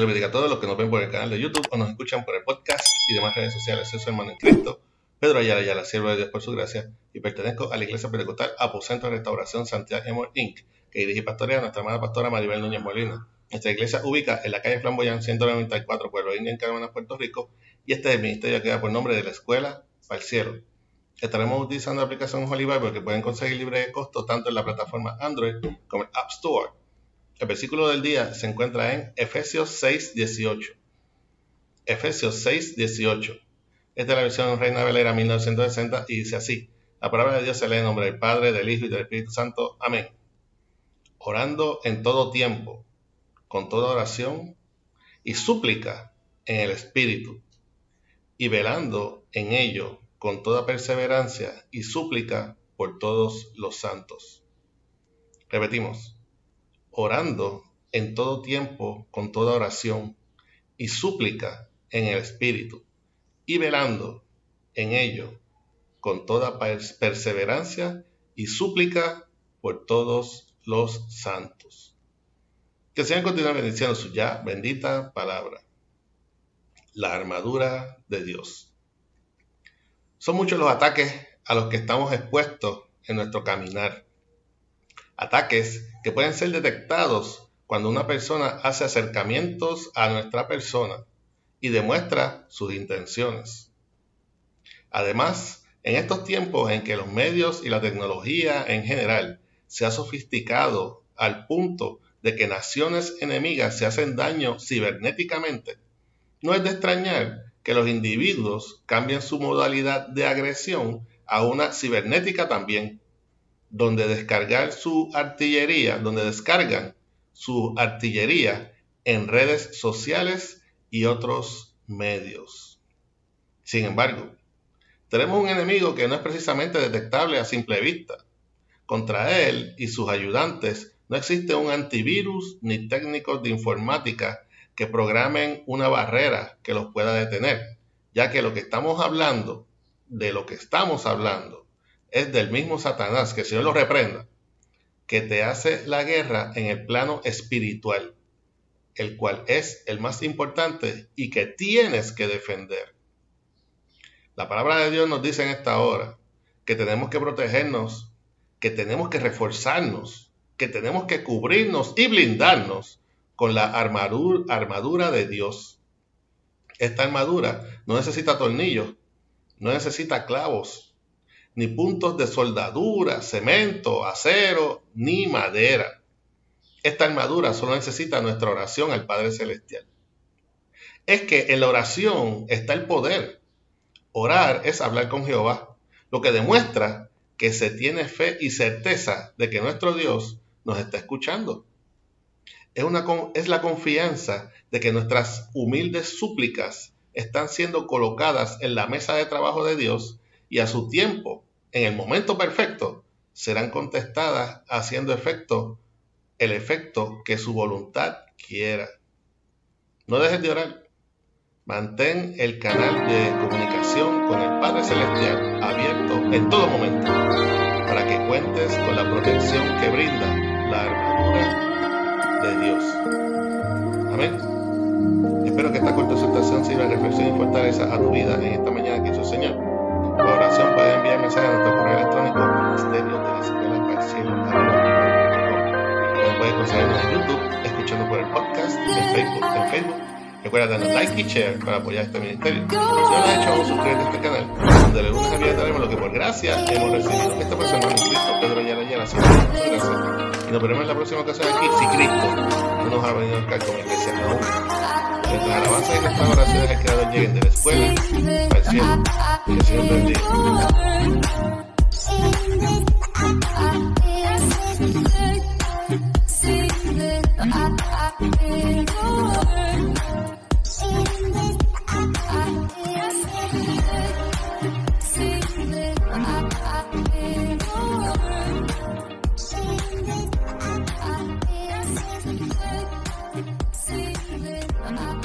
Dios bendiga a todos los que nos ven por el canal de YouTube o nos escuchan por el podcast y demás redes sociales. Soy su hermano en Cristo, Pedro Ayala, siervo de Dios por su gracia, y pertenezco a la Iglesia Pentecostal Aposento de Restauración Santiago Amor Inc., que dirige y pastorea a nuestra amada pastora Maribel Núñez Molina. Nuestra iglesia ubica en la calle Flamboyán 194, Pueblo Indio, en Carolina, Puerto Rico, y este es el ministerio que da por nombre de la Escuela para el Cielo. Estaremos utilizando la aplicación Holy Bible que pueden conseguir libre de costo tanto en la plataforma Android como en App Store. El versículo del día se encuentra en Efesios 6:18. Efesios 6:18. Esta es la versión Reina Valera 1960 y dice así: la palabra de Dios se lee en nombre del Padre, del Hijo y del Espíritu Santo. Amén. Orando en todo tiempo, con toda oración y súplica en el Espíritu, y velando en ello con toda perseverancia y súplica por todos los santos. Repetimos: orando en todo tiempo con toda oración y súplica en el Espíritu, y velando en ello con toda perseverancia y súplica por todos los santos. Que el Señor continúe bendiciendo su ya bendita palabra. La armadura de Dios. Son muchos los ataques a los que estamos expuestos en nuestro caminar. Ataques que pueden ser detectados cuando una persona hace acercamientos a nuestra persona y demuestra sus intenciones. Además, en estos tiempos en que los medios y la tecnología en general se ha sofisticado al punto de que naciones enemigas se hacen daño cibernéticamente, no es de extrañar que los individuos cambien su modalidad de agresión a una cibernética también, donde descargan su artillería en redes sociales y otros medios. Sin embargo, tenemos un enemigo que no es precisamente detectable a simple vista. Contra él y sus ayudantes no existe un antivirus ni técnicos de informática que programen una barrera que los pueda detener, ya que de lo que estamos hablando es del mismo Satanás, que el Señor lo reprenda, que te hace la guerra en el plano espiritual, el cual es el más importante y que tienes que defender. La palabra de Dios nos dice en esta hora que tenemos que protegernos, que tenemos que reforzarnos, que tenemos que cubrirnos y blindarnos con la armadura de Dios. Esta armadura no necesita tornillos, no necesita clavos, ni puntos de soldadura, cemento, acero, ni madera. Esta armadura solo necesita nuestra oración al Padre Celestial. Es que en la oración está el poder. Orar es hablar con Jehová, lo que demuestra que se tiene fe y certeza de que nuestro Dios nos está escuchando. Es la confianza de que nuestras humildes súplicas están siendo colocadas en la mesa de trabajo de Dios y a su tiempo, en el momento perfecto, serán contestadas haciendo el efecto que su voluntad quiera. No dejes de orar. Mantén el canal de comunicación con el Padre Celestial abierto en todo momento para que cuentes con la protección que brinda la armadura de Dios. Amén. Espero que esta corta exhortación sirva de reflexión y fortaleza a tu vida en esta mañana que hizo el Señor. Por oración puedes enviar mensajes a nuestro correo electrónico ministerio de la escuela para el cielo @gmail.com. Puedes conseguirnos en YouTube, escuchando por el podcast, en Facebook. Recuerda darnos like y share para apoyar este ministerio. Si no lo has hecho aún, suscríbete a este canal, donde de lunes a viernes daremos lo que por gracia hemos recibido. Esta persona es Cristo, Pedro Ayala, siervo de Dios por su gracia. Y nos veremos en la próxima ocasión aquí, si Cristo no nos ha venido acá como iglesia aún. Nuestras alabanzas y nuestras oraciones al Creador lleguen de la escuela al cielo. Que el Señor bendiga. See